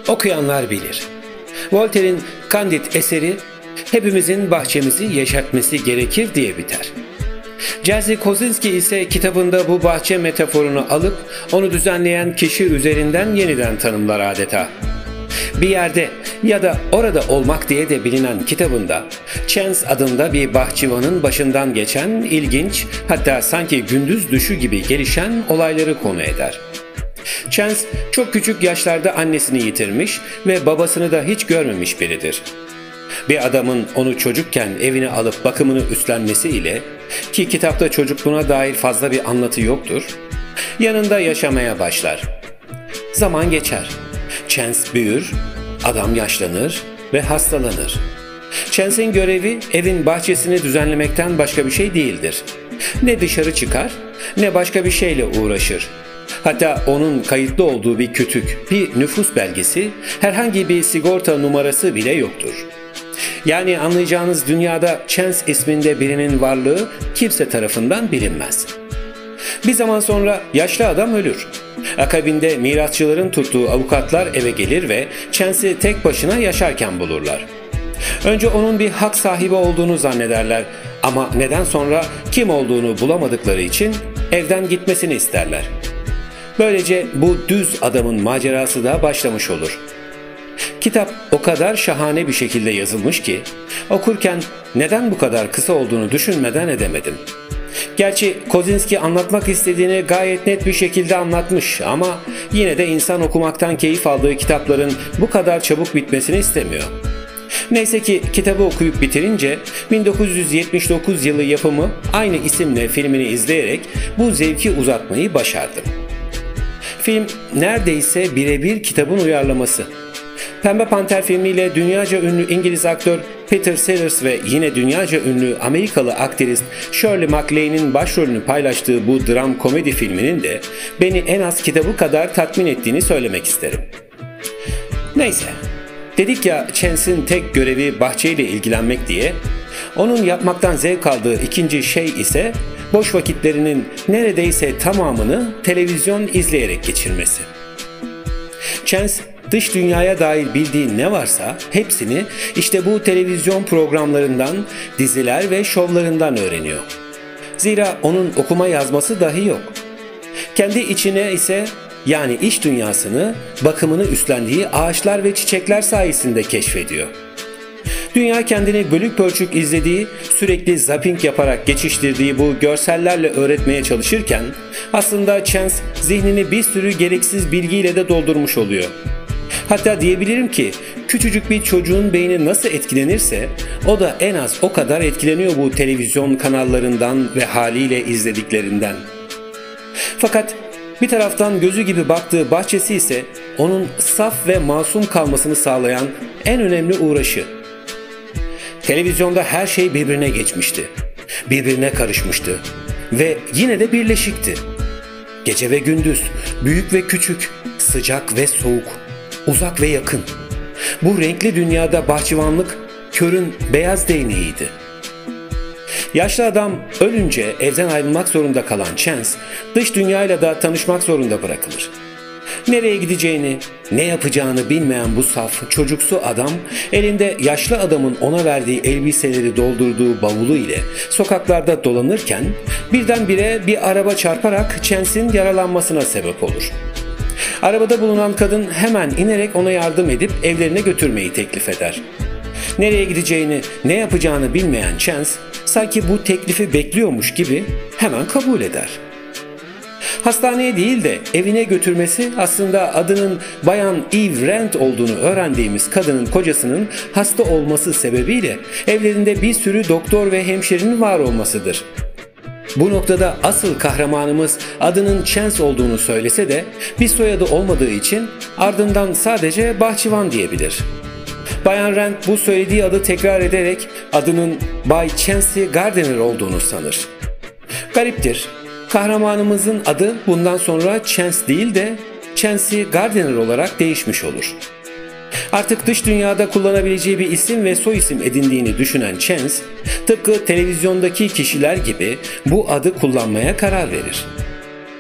Okuyanlar bilir. Voltaire'in Candide eseri hepimizin bahçemizi yeşertmesi gerekir diye biter. Jerzy Kosinski ise kitabında bu bahçe metaforunu alıp onu düzenleyen kişi üzerinden yeniden tanımlar adeta. Bir yerde ya da orada olmak diye de bilinen kitabında Chance adında bir bahçıvanın başından geçen ilginç, hatta sanki gündüz düşü gibi gelişen olayları konu eder. Chance çok küçük yaşlarda annesini yitirmiş ve babasını da hiç görmemiş biridir. Bir adamın onu çocukken evine alıp bakımını üstlenmesiyle, ki kitapta çocukluğuna dair fazla bir anlatı yoktur, yanında yaşamaya başlar. Zaman geçer. Chance büyür, adam yaşlanır ve hastalanır. Chance'in görevi evin bahçesini düzenlemekten başka bir şey değildir. Ne dışarı çıkar ne başka bir şeyle uğraşır. Hatta onun kayıtlı olduğu bir kütük, bir nüfus belgesi, herhangi bir sigorta numarası bile yoktur. Yani anlayacağınız dünyada Chance isminde birinin varlığı kimse tarafından bilinmez. Bir zaman sonra yaşlı adam ölür. Akabinde mirasçıların tuttuğu avukatlar eve gelir ve Chance'i tek başına yaşarken bulurlar. Önce onun bir hak sahibi olduğunu zannederler ama neden sonra kim olduğunu bulamadıkları için evden gitmesini isterler. Böylece bu düz adamın macerası da başlamış olur. Kitap o kadar şahane bir şekilde yazılmış ki okurken neden bu kadar kısa olduğunu düşünmeden edemedim. Gerçi Kosinski anlatmak istediğini gayet net bir şekilde anlatmış ama yine de insan okumaktan keyif aldığı kitapların bu kadar çabuk bitmesini istemiyor. Neyse ki kitabı okuyup bitirince 1979 yılı yapımı aynı isimle filmini izleyerek bu zevki uzatmayı başardım. Film neredeyse birebir kitabın uyarlaması. Pembe Panter filmiyle dünyaca ünlü İngiliz aktör Peter Sellers ve yine dünyaca ünlü Amerikalı aktrist Shirley MacLaine'in başrolünü paylaştığı bu dram komedi filminin de beni en az kitabı kadar tatmin ettiğini söylemek isterim. Neyse, dedik ya Chance'in tek görevi bahçeyle ilgilenmek diye, onun yapmaktan zevk aldığı ikinci şey ise boş vakitlerinin neredeyse tamamını televizyon izleyerek geçirmesi. Chance dış dünyaya dair bildiği ne varsa hepsini işte bu televizyon programlarından, diziler ve şovlarından öğreniyor. Zira onun okuma yazması dahi yok. Kendi içine ise, yani iç dünyasını, bakımını üstlendiği ağaçlar ve çiçekler sayesinde keşfediyor. Dünya kendini bölük pörçük izlediği, sürekli zapping yaparak geçiştirdiği bu görsellerle öğretmeye çalışırken aslında Chance zihnini bir sürü gereksiz bilgiyle de doldurmuş oluyor. Hatta diyebilirim ki küçücük bir çocuğun beyni nasıl etkilenirse o da en az o kadar etkileniyor bu televizyon kanallarından ve haliyle izlediklerinden. Fakat bir taraftan gözü gibi baktığı bahçesi ise onun saf ve masum kalmasını sağlayan en önemli uğraşı. Televizyonda her şey birbirine geçmişti, birbirine karışmıştı ve yine de birleşikti. Gece ve gündüz, büyük ve küçük, sıcak ve soğuk, uzak ve yakın. Bu renkli dünyada bahçıvanlık körün beyaz değneğiydi. Yaşlı adam ölünce evden ayrılmak zorunda kalan Chance, dış dünyayla da tanışmak zorunda bırakılır. Nereye gideceğini, ne yapacağını bilmeyen bu saf, çocuksu adam, elinde yaşlı adamın ona verdiği elbiseleri doldurduğu bavulu ile sokaklarda dolanırken birdenbire bir araba çarparak Chance'in yaralanmasına sebep olur. Arabada bulunan kadın hemen inerek ona yardım edip evlerine götürmeyi teklif eder. Nereye gideceğini, ne yapacağını bilmeyen Chance, sanki bu teklifi bekliyormuş gibi hemen kabul eder. Hastaneye değil de evine götürmesi aslında adının Bayan Eve Rand olduğunu öğrendiğimiz kadının kocasının hasta olması sebebiyle evlerinde bir sürü doktor ve hemşirenin var olmasıdır. Bu noktada asıl kahramanımız adının Chance olduğunu söylese de bir soyadı olmadığı için ardından sadece bahçıvan diyebilir. Bayan Rand bu söylediği adı tekrar ederek adının Bay Chance Gardiner olduğunu sanır. Gariptir. Kahramanımızın adı bundan sonra Chance değil de Chance Gardiner olarak değişmiş olur. Artık dış dünyada kullanabileceği bir isim ve soyisim edindiğini düşünen Chance, tıpkı televizyondaki kişiler gibi bu adı kullanmaya karar verir.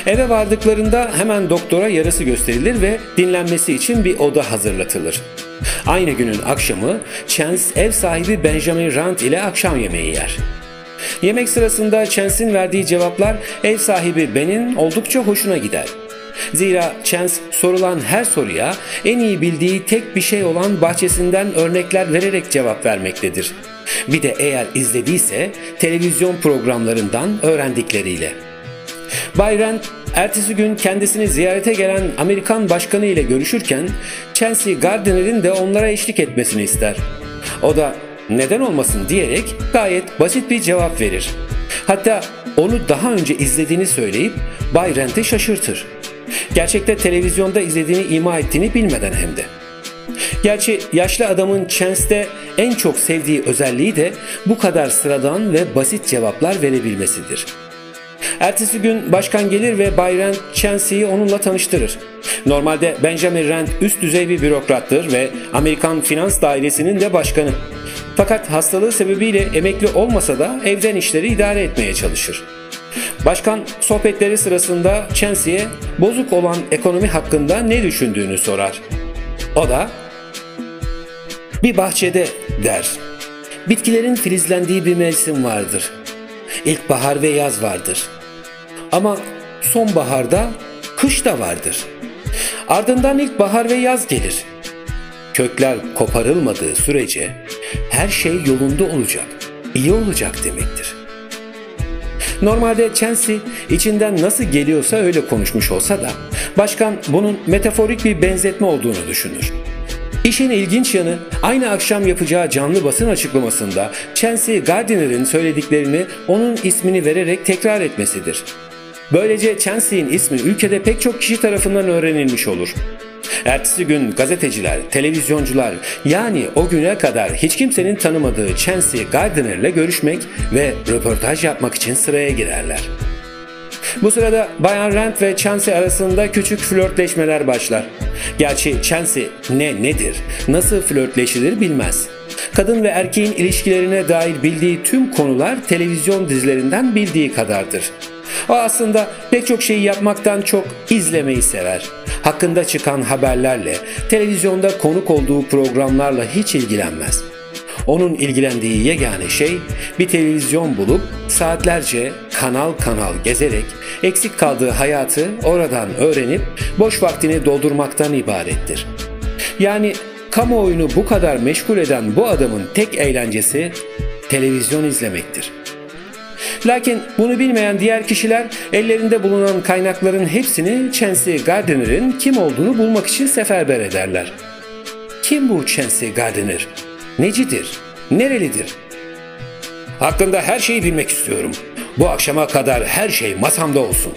Eve vardıklarında hemen doktora yarası gösterilir ve dinlenmesi için bir oda hazırlatılır. Aynı günün akşamı Chance ev sahibi Benjamin Rand ile akşam yemeği yer. Yemek sırasında Chance'in verdiği cevaplar ev sahibi Ben'in oldukça hoşuna gider. Zira Chance sorulan her soruya en iyi bildiği tek bir şey olan bahçesinden örnekler vererek cevap vermektedir. Bir de eğer izlediyse televizyon programlarından öğrendikleriyle. Bay Rand ertesi gün kendisini ziyarete gelen Amerikan başkanı ile görüşürken Chauncey Gardiner'in de onlara eşlik etmesini ister. O da neden olmasın diyerek gayet basit bir cevap verir. Hatta onu daha önce izlediğini söyleyip Bay Rand'i şaşırtır. Gerçekte televizyonda izlediğini ima ettiğini bilmeden hem de. Gerçi yaşlı adamın Chance'de en çok sevdiği özelliği de bu kadar sıradan ve basit cevaplar verebilmesidir. Ertesi gün başkan gelir ve Bay Rand Chancey'i onunla tanıştırır. Normalde Benjamin Rand üst düzey bir bürokrattır ve Amerikan Finans Dairesi'nin de başkanı. Fakat hastalığı sebebiyle emekli olmasa da evden işleri idare etmeye çalışır. Başkan sohbetleri sırasında Chancey'e bozuk olan ekonomi hakkında ne düşündüğünü sorar. O da "Bir bahçede" der. "Bitkilerin filizlendiği bir mevsim vardır. İlkbahar ve yaz vardır. Ama sonbaharda kış da vardır. Ardından ilkbahar ve yaz gelir. Kökler koparılmadığı sürece her şey yolunda olacak, iyi olacak demektir." Normalde Chancey içinden nasıl geliyorsa öyle konuşmuş olsa da başkan bunun metaforik bir benzetme olduğunu düşünür. İşin ilginç yanı aynı akşam yapacağı canlı basın açıklamasında Chauncey Gardiner'in söylediklerini onun ismini vererek tekrar etmesidir. Böylece Chauncey'in ismi ülkede pek çok kişi tarafından öğrenilmiş olur. Ertesi gün gazeteciler, televizyoncular yani o güne kadar hiç kimsenin tanımadığı Chauncey Gardiner ile görüşmek ve röportaj yapmak için sıraya girerler. Bu sırada Bayan Rand ve Chauncey arasında küçük flörtleşmeler başlar. Gerçi Chauncey nedir, nasıl flörtleşilir bilmez. Kadın ve erkeğin ilişkilerine dair bildiği tüm konular televizyon dizilerinden bildiği kadardır. O aslında pek çok şeyi yapmaktan çok izlemeyi sever. Hakkında çıkan haberlerle, televizyonda konuk olduğu programlarla hiç ilgilenmez. Onun ilgilendiği yegane şey bir televizyon bulup saatlerce kanal kanal gezerek eksik kaldığı hayatı oradan öğrenip boş vaktini doldurmaktan ibarettir. Yani kamuoyunu bu kadar meşgul eden bu adamın tek eğlencesi televizyon izlemektir. Lakin bunu bilmeyen diğer kişiler ellerinde bulunan kaynakların hepsini Chauncey Gardiner'in kim olduğunu bulmak için seferber ederler. Kim bu Chauncey Gardiner? Necidir? Nerelidir? Hakkında her şeyi bilmek istiyorum. Bu akşama kadar her şey masamda olsun.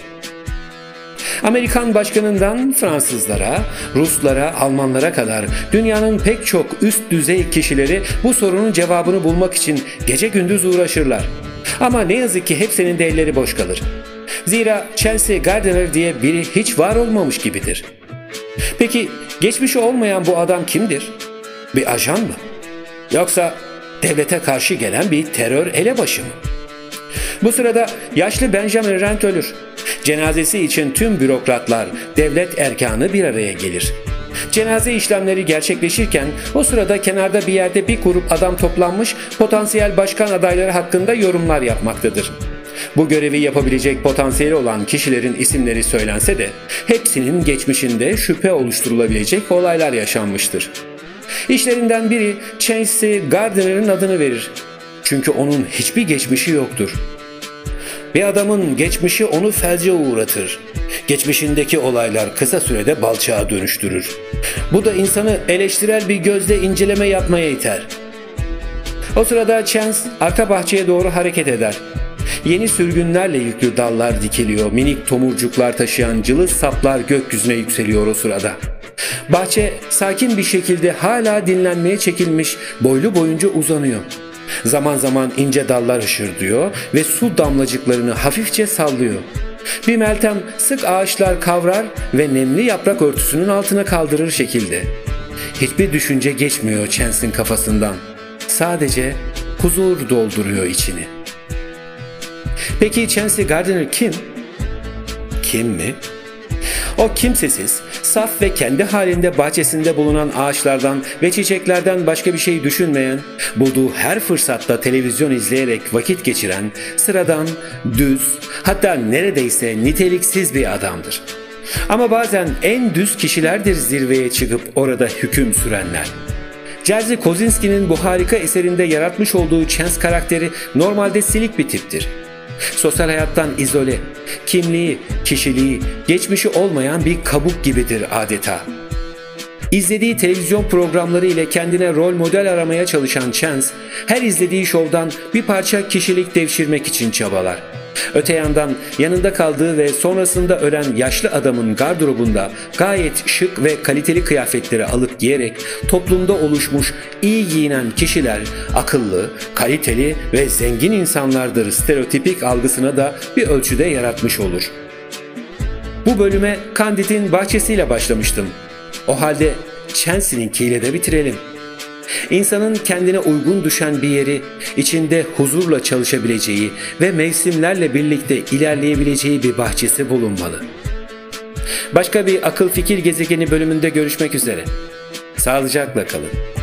Amerikan başkanından Fransızlara, Ruslara, Almanlara kadar dünyanın pek çok üst düzey kişileri bu sorunun cevabını bulmak için gece gündüz uğraşırlar. Ama ne yazık ki hepsinin de elleri boş kalır. Zira Chauncey Gardiner diye biri hiç var olmamış gibidir. Peki geçmişi olmayan bu adam kimdir? Bir ajan mı? Yoksa devlete karşı gelen bir terör elebaşı mı? Bu sırada yaşlı Benjamin Rand ölür. Cenazesi için tüm bürokratlar, devlet erkanı bir araya gelir. Cenaze işlemleri gerçekleşirken o sırada kenarda bir yerde bir grup adam toplanmış potansiyel başkan adayları hakkında yorumlar yapmaktadır. Bu görevi yapabilecek potansiyeli olan kişilerin isimleri söylense de hepsinin geçmişinde şüphe oluşturulabilecek olaylar yaşanmıştır. İşlerinden biri Chauncey Gardiner'ın adını verir. Çünkü onun hiçbir geçmişi yoktur. Bir adamın geçmişi onu felce uğratır. Geçmişindeki olaylar kısa sürede balçağa dönüştürür. Bu da insanı eleştirel bir gözle inceleme yapmaya iter. O sırada Chance arka bahçeye doğru hareket eder. Yeni sürgünlerle yüklü dallar dikiliyor, minik tomurcuklar taşıyan cılız saplar gökyüzüne yükseliyor o sırada. Bahçe sakin bir şekilde hala dinlenmeye çekilmiş, boylu boyunca uzanıyor. Zaman zaman ince dallar hışırdıyor ve su damlacıklarını hafifçe sallıyor. Bir meltem sık ağaçlar kavrar ve nemli yaprak örtüsünün altına kaldırır şekilde. Hiçbir düşünce geçmiyor Chance'in kafasından. Sadece huzur dolduruyor içini. Peki Chauncey Gardiner kim? kim mi? O kimsesiz, saf ve kendi halinde bahçesinde bulunan ağaçlardan ve çiçeklerden başka bir şey düşünmeyen, bulduğu her fırsatta televizyon izleyerek vakit geçiren, sıradan, düz, hatta neredeyse niteliksiz bir adamdır. Ama bazen en düz kişilerdir zirveye çıkıp orada hüküm sürenler. Jerzy Kosinski'nin bu harika eserinde yaratmış olduğu Chance karakteri normalde silik bir tiptir. Sosyal hayattan izole, kimliği, kişiliği, geçmişi olmayan bir kabuk gibidir adeta. İzlediği televizyon programları ile kendine rol model aramaya çalışan Chance, her izlediği şovdan bir parça kişilik devşirmek için çabalar. Öte yandan yanında kaldığı ve sonrasında ölen yaşlı adamın gardırobunda gayet şık ve kaliteli kıyafetleri alıp giyerek toplumda oluşmuş iyi giyinen kişiler akıllı, kaliteli ve zengin insanlardır stereotipik algısına da bir ölçüde yaratmış olur. Bu bölüme Candid'in bahçesiyle başlamıştım. O halde Chance'ninkiyle de bitirelim. İnsanın kendine uygun düşen bir yeri, içinde huzurla çalışabileceği ve mevsimlerle birlikte ilerleyebileceği bir bahçesi bulunmalı. Başka bir akıl fikir gezegeni bölümünde görüşmek üzere. Sağlıcakla kalın.